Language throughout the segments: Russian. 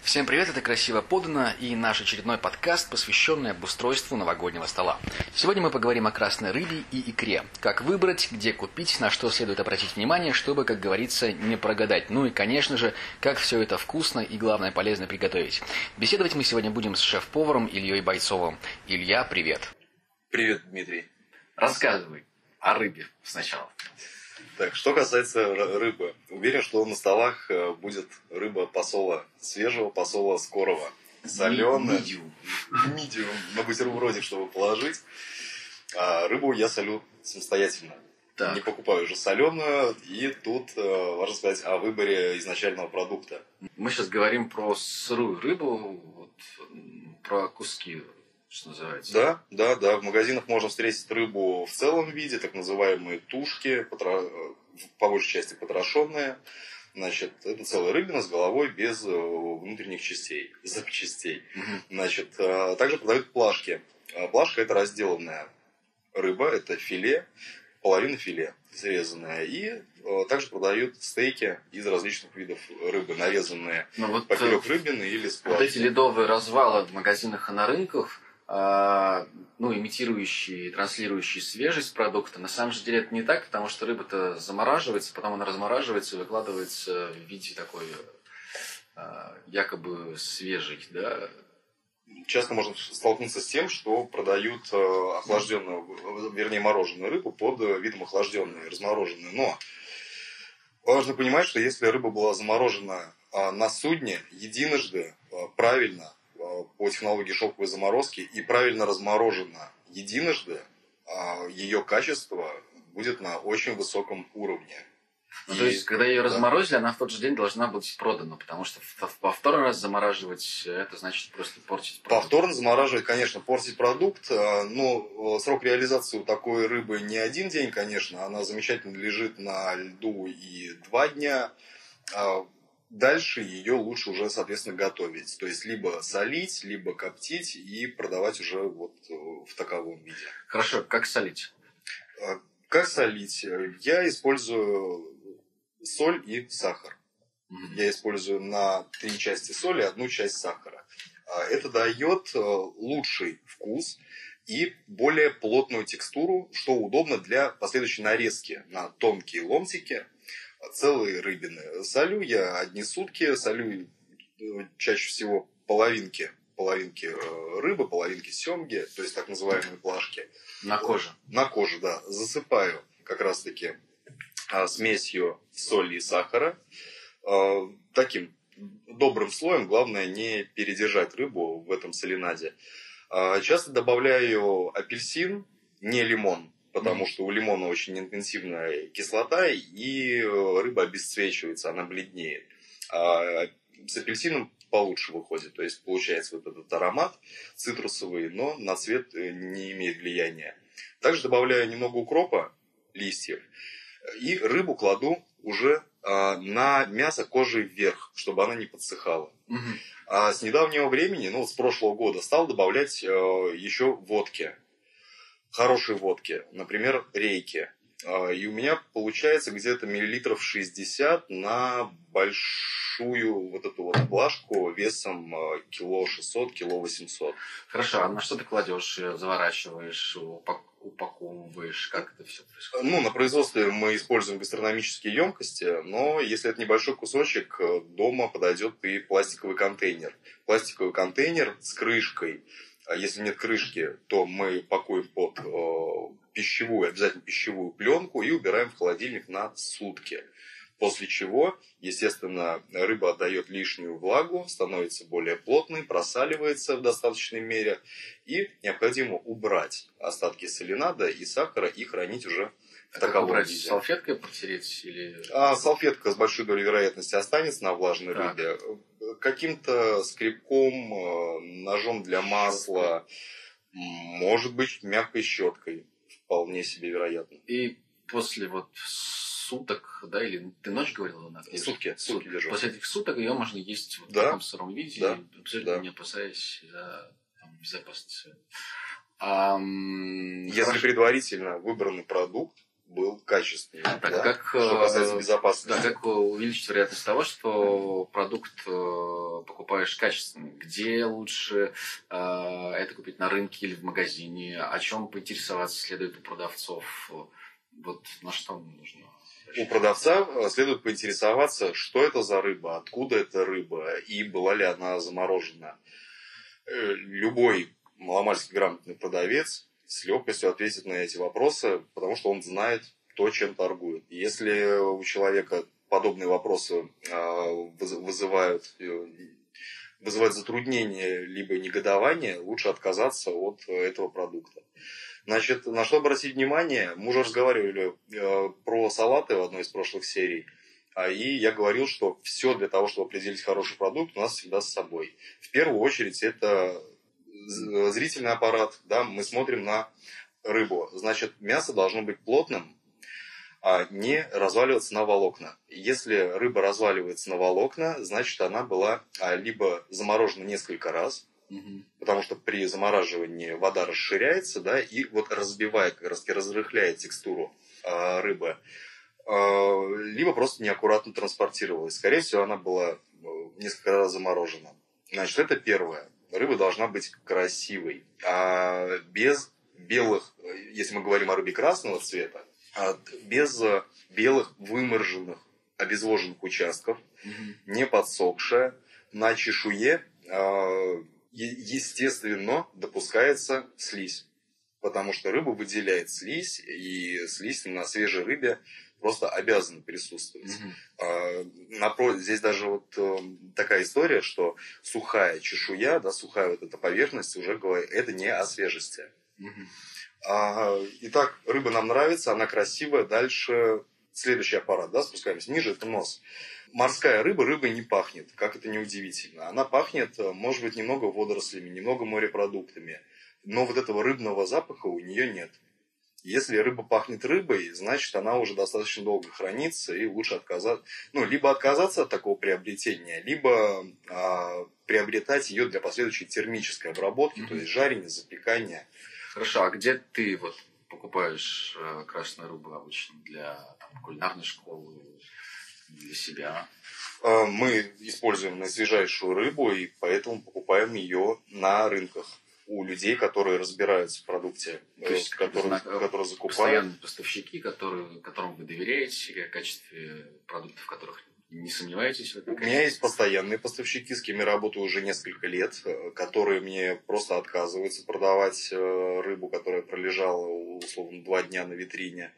Всем привет, это «Красиво подано» и наш очередной подкаст, посвященный обустройству новогоднего стола. Сегодня мы поговорим о красной рыбе и икре. Как выбрать, где купить, на что следует обратить внимание, чтобы, как говорится, не прогадать. Ну и, конечно же, как все это вкусно и, главное, полезно приготовить. Беседовать мы сегодня будем с шеф-поваром Ильей Бойцовым. Илья, привет. Привет, Дмитрий. Рассказывай о рыбе сначала. Так, что касается рыбы. Уверен, что на столах будет рыба посола свежего, посола скорого. Соленая. Медиум. На бутербродик, чтобы положить. А рыбу я солю самостоятельно. Так. Не покупаю уже соленую. И тут важно сказать о выборе изначального продукта. Мы сейчас говорим про сырую рыбу, про куски. Что называется. Да. В магазинах можно встретить рыбу в целом виде, так называемые тушки, по большей части потрошенные. Значит, это целая рыбина с головой без внутренних запчастей. Значит, также продают плашки. Плашка — это разделанная рыба, это филе, половина филе срезанная. И также продают стейки из различных видов рыбы, нарезанные поперек рыбины или с плашки. Вот эти ледовые развалы в магазинах и на рынках, имитирующие, транслирующие свежесть продукта. На самом же деле это не так, потому что рыба-то замораживается, потом она размораживается и выкладывается в виде такой якобы свежей, да? Часто можно столкнуться с тем, что продают охлажденную, вернее мороженую рыбу под видом охлажденной, размороженной. Но важно понимать, что если рыба была заморожена на судне единожды, правильно, по технологии шоковой заморозки и правильно разморожена единожды, ее качество будет на очень высоком уровне. То есть, когда ее разморозили, она в тот же день должна быть продана, потому что повторно раз замораживать, это значит просто портить продукт. Повторно замораживать, конечно, портить продукт, но срок реализации у такой рыбы не один день, конечно, она замечательно лежит на льду и 2 дня. Дальше ее лучше уже, соответственно, готовить. То есть, либо солить, либо коптить и продавать уже вот в таковом виде. Хорошо, как солить? Как солить? Я использую соль и сахар. Я использую на 3 части соли 1 часть сахара. Это дает лучший вкус и более плотную текстуру, что удобно для последующей нарезки на тонкие ломтики. Целые рыбины. Солю я 1 сутки, солю чаще всего половинки рыбы, половинки семги, то есть так называемые плашки. На коже? На коже, да. Засыпаю как раз-таки смесью соли и сахара. Таким добрым слоем, главное не передержать рыбу в этом соленаде. Часто добавляю апельсин, не лимон. Потому что у лимона очень интенсивная кислота, и рыба обесцвечивается, она бледнеет. А с апельсином получше выходит. То есть получается вот этот аромат цитрусовый, но на цвет не имеет влияния. Также добавляю немного укропа, листьев, и рыбу кладу уже на мясо кожей вверх, чтобы она не подсыхала. А с недавнего времени, с прошлого года, стал добавлять еще водки. Хорошей водки, например, рейки. И у меня получается где-то миллилитров 60 на большую вот эту вот плашку весом кило 600, кило 800. Хорошо, а на что ты кладешь, заворачиваешь, упаковываешь, как это все происходит? На производстве мы используем гастрономические емкости, но если это небольшой кусочек, дома подойдет и пластиковый контейнер. Пластиковый контейнер с крышкой. Если нет крышки, то мы пакуем под обязательно пищевую пленку и убираем в холодильник на сутки. После чего, естественно, рыба отдает лишнюю влагу, становится более плотной, просаливается в достаточной мере. И необходимо убрать остатки соленада и сахара и хранить уже в таковом виде. Салфеткой протереть или... Салфетка с большой долей вероятности останется на влажной рыбе. Каким-то скребком, ножом для масла, может быть, мягкой щеткой. Вполне себе вероятно. И после суток, да, или ты ночь говорила? Сутки держу. После этих суток ее можно есть в таком сыром виде, абсолютно не опасаясь за безопасность. Если предварительно выбранный продукт был качественнее. Так, да? как, что касается безопасности. Да, как увеличить вероятность того, что продукт покупаешь качественный? Где лучше это купить, на рынке или в магазине? О чем поинтересоваться следует у продавцов? Вот на что нужно? У продавца следует поинтересоваться, что это за рыба, откуда эта рыба и была ли она заморожена. Любой маломальски грамотный продавец с легкостью ответит на эти вопросы, потому что он знает то, чем торгует. Если у человека подобные вопросы вызывают затруднения либо негодование, лучше отказаться от этого продукта. Значит, на что обратить внимание? Мы уже разговаривали про салаты в одной из прошлых серий. И я говорил, что все для того, чтобы определить хороший продукт, у нас всегда с собой. В первую очередь это зрительный аппарат. Да, мы смотрим на рыбу. Значит, мясо должно быть плотным, а не разваливаться на волокна. Если рыба разваливается на волокна, значит, она была либо заморожена несколько раз, потому что при замораживании вода расширяется, да, и вот разбивает, как раз разрыхляет текстуру рыбы, либо просто неаккуратно транспортировалась. Скорее всего, она была несколько раз заморожена. Значит, это первое. Рыба должна быть красивой, без белых, если мы говорим о рыбе красного цвета, без белых вымороженных, обезвоженных участков, не подсохшая, на чешуе естественно допускается слизь, потому что рыба выделяет слизь, и слизь на свежей рыбе просто обязана присутствовать. Здесь даже вот такая история, что сухая чешуя, да, сухая вот эта поверхность уже говорит, это не о свежести. Итак, рыба нам нравится, она красивая. Дальше следующий аппарат, да, спускаемся ниже, это нос. Морская рыба рыбой не пахнет, как это неудивительно. Она пахнет, может быть, немного водорослями, немного морепродуктами, но вот этого рыбного запаха у нее нет. Если рыба пахнет рыбой, значит, она уже достаточно долго хранится, и лучше либо отказаться от такого приобретения, либо приобретать ее для последующей термической обработки, то есть жарения, запекания. Хорошо, а где ты вот покупаешь красную рыбу обычно для кулинарной школы, для себя? Мы используем наисвежайшую рыбу, и поэтому покупаем ее на рынках у людей, которые разбираются в продукте, которые закупают. Постоянные поставщики, которым вы доверяете, в качестве продуктов, которых не сомневаетесь в этом? У меня есть постоянные поставщики, с кем я работаю уже несколько лет, которые мне просто отказываются продавать рыбу, которая пролежала, условно, 2 дня на витрине.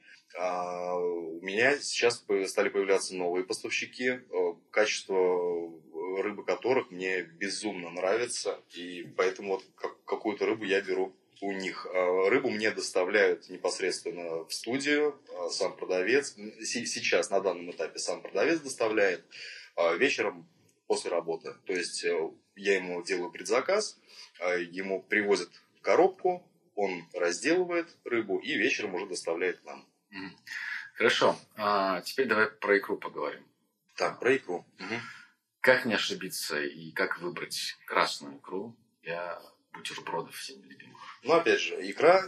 У меня сейчас стали появляться новые поставщики, качество рыбы которых мне безумно нравится, и поэтому вот какую-то рыбу я беру у них. Рыбу мне доставляют непосредственно в студию, сам продавец. Сейчас, на данном этапе, сам продавец доставляет вечером после работы. То есть я ему делаю предзаказ, ему привозят коробку, он разделывает рыбу и вечером уже доставляет к нам. Хорошо. Теперь давай про икру поговорим. Так, про икру. Как не ошибиться и как выбрать красную икру для бутербродов всеми любимых? Ну, опять же, икра.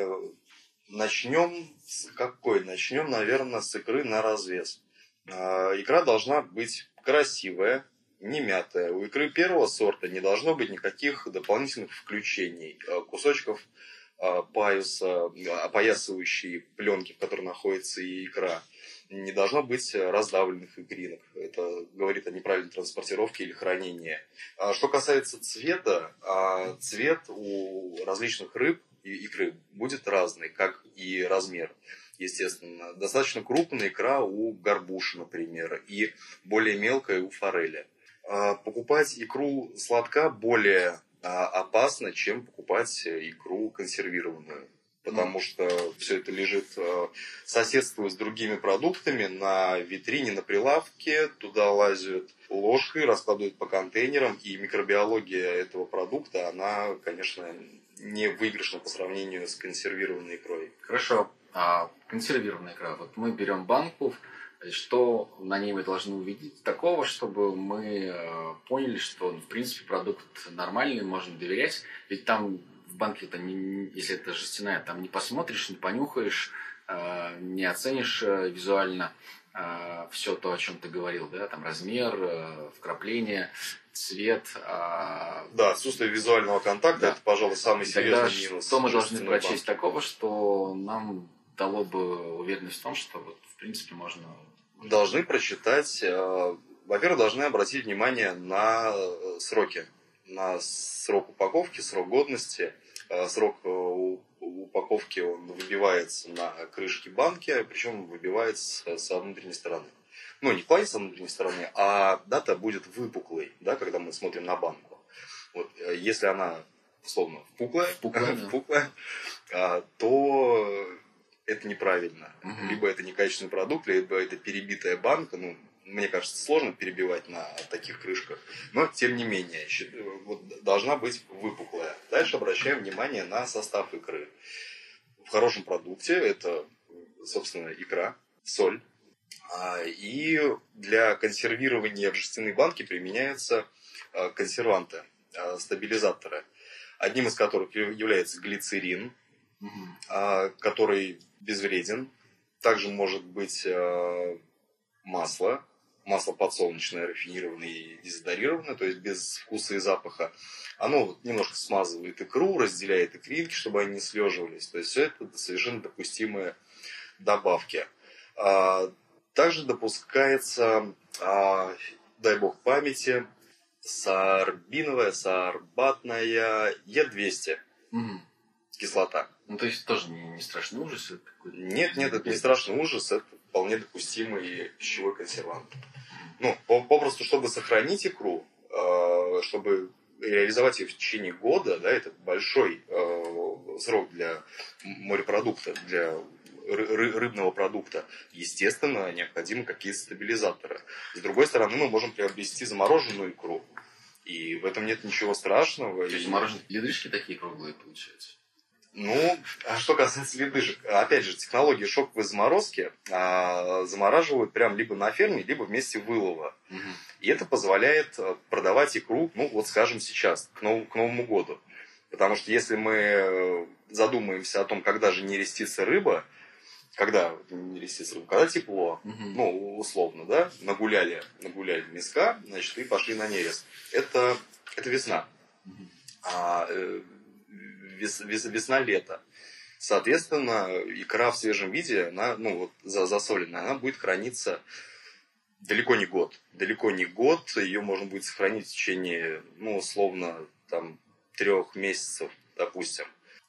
Начнем с какой? Начнем, наверное, с икры на развес. Икра должна быть красивая, не мятая. У икры первого сорта не должно быть никаких дополнительных включений, кусочков паюса, опоясывающей пленки, в которой находится и икра. Не должно быть раздавленных икринок. Это говорит о неправильной транспортировке или хранении. Что касается цвета, цвет у различных рыб и икры будет разный, как и размер. Естественно, достаточно крупная икра у горбуши, например, и более мелкая у форели. Покупать икру сладка более опасно, чем покупать икру консервированную. Потому что все это лежит, соседствует с другими продуктами на витрине, на прилавке. Туда лазят ложкой, раскладывают по контейнерам. И микробиология этого продукта, она, конечно, не выигрышна по сравнению с консервированной икрой. Хорошо. Консервированная икра. Вот мы берем банку. Что на ней мы должны увидеть такого, чтобы мы поняли, что, в принципе, продукт нормальный, можно доверять. Ведь там в банке, если это жестяная, там не посмотришь, не понюхаешь, не оценишь визуально все то, о чем ты говорил, да, там размер, вкрапление, цвет. Да, отсутствие визуального контакта, да. Это, пожалуй, самый серьезный минус. Что мы должны прочесть такого, что нам дало бы уверенность в том, что вот, в принципе можно... Должны прочитать, во-первых, должны обратить внимание на сроки, на срок упаковки, срок годности. Срок упаковки он выбивается на крышке банки, причем выбивается со внутренней стороны. Ну, не в плане со внутренней стороны, а дата будет выпуклой, да, когда мы смотрим на банку. Вот, если она, условно, впуклая, то это неправильно. Угу. Либо это некачественный продукт, либо это перебитая банка. Ну, мне кажется, сложно перебивать на таких крышках. Но, тем не менее, вот, должна быть выпуклая. Дальше обращаем внимание на состав икры. В хорошем продукте это, собственно, икра, соль. И для консервирования в жестяной банке применяются консерванты, стабилизаторы. Одним из которых является глицерин, который безвреден. Также может быть масло подсолнечное, рафинированное и дезодорированное, то есть без вкуса и запаха. Оно вот немножко смазывает икру, разделяет икринки, чтобы они не слеживались. То есть все это совершенно допустимые добавки. Также допускается, дай бог памяти, сорбиновая, сорбатная Е200 кислота. Ну, то есть тоже не страшный ужас? Это нет, это не страшный ужас, это вполне допустимый пищевой консервант. Ну, попросту, чтобы сохранить икру, чтобы реализовать ее в течение года, да, это большой срок для морепродукта, для рыбного продукта. Естественно, необходимы какие-то стабилизаторы. С другой стороны, мы можем приобрести замороженную икру. И в этом нет ничего страшного. То есть замороженные ледышки такие круглые получаются? Ну, а что касается ледышек, опять же, технологии шоковой заморозки замораживают прям либо на ферме, либо в месте вылова. Угу. И это позволяет продавать икру, ну, вот скажем, сейчас, к Новому году. Потому что если мы задумаемся о том, когда же нерестится рыба, когда тепло, ну, условно, да, нагуляли миска, значит, и пошли на нерест. Это весна. Весна-лето. Соответственно, икра в свежем виде, она, ну, вот, засоленная, она будет храниться далеко не год. Далеко не год. Ее можно будет сохранить в течение, ну, условно, там, 3 месяцев, допустим.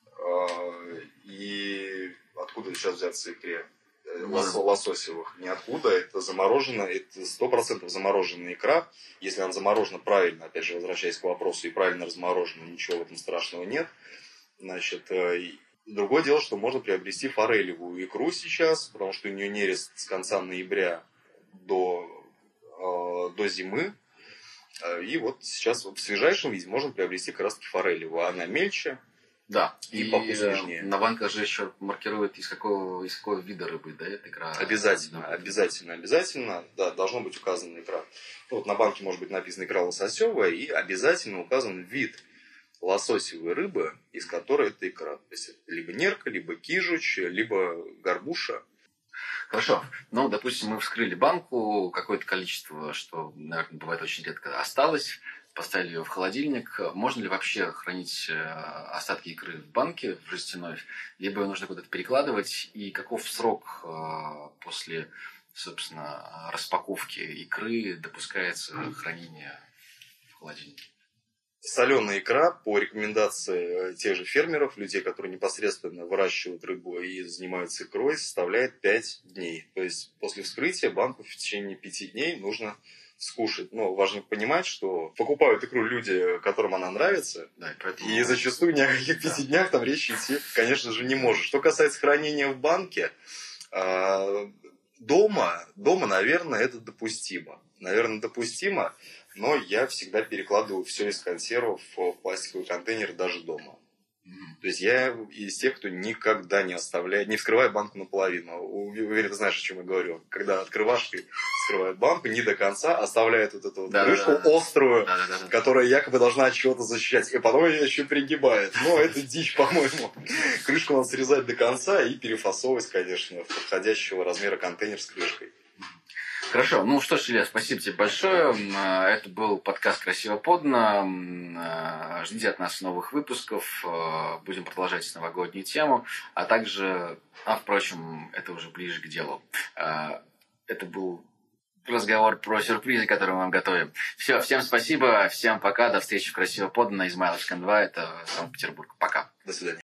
И откуда сейчас взяться икре? Лососевых. Ниоткуда. Это заморожено, это 100% замороженная икра. Если она заморожена правильно, опять же, возвращаясь к вопросу, и правильно разморожена, ничего в этом страшного нет. Значит, другое дело, что можно приобрести форелевую икру сейчас, потому что у нее нерест с конца ноября до зимы. И вот сейчас в свежайшем виде можно приобрести как раз таки форелевую. Она мельче. Да, и по вкусу нежнее. На банках же еще маркируют, из какого вида рыбы, да, эта икра? Обязательно, да, должно быть указана икра. Ну, вот на банке может быть написана икра лососевая, и обязательно указан вид лососевой рыбы, из которой это икра. То есть либо нерка, либо кижуч, либо горбуша. Хорошо. Ну, допустим, мы вскрыли банку, какое-то количество, что, наверное, бывает очень редко, осталось. Поставили ее в холодильник. Можно ли вообще хранить остатки икры в банке, в жестяной, либо ее нужно куда-то перекладывать? И каков срок после, собственно, распаковки икры допускается хранение в холодильнике? Соленая икра, по рекомендации тех же фермеров, людей, которые непосредственно выращивают рыбу и занимаются икрой, составляет 5 дней. То есть после вскрытия банку в течение 5 дней нужно скушать. Но важно понимать, что покупают икру люди, которым она нравится, да, и зачастую ни о каких 5 днях там речи идти, конечно же, не может. Что касается хранения в банке, дома, наверное, это допустимо. Но я всегда перекладываю все из консервов в пластиковый контейнер даже дома. То есть я из тех, кто никогда не оставляет, не вскрывает банку наполовину. Уверен, ты знаешь, о чем я говорю. Когда открывашкой вскрывают банку, не до конца, оставляет вот эту вот крышку острую, которая якобы должна от чего-то защищать. И потом ее еще пригибает. Но это дичь, по-моему. Крышку надо срезать до конца и перефасовывать, конечно, в подходящего размера контейнер с крышкой. Хорошо. Ну что ж, Илья, спасибо тебе большое. Это был подкаст «Красиво подано». Ждите от нас новых выпусков. Будем продолжать новогоднюю тему. А также, впрочем, это уже ближе к делу. Это был разговор про сюрпризы, которые мы вам готовим. Все, всем спасибо, всем пока. До встречи в «Красиво подано». Измайловск 2. Это Санкт-Петербург. Пока. До свидания.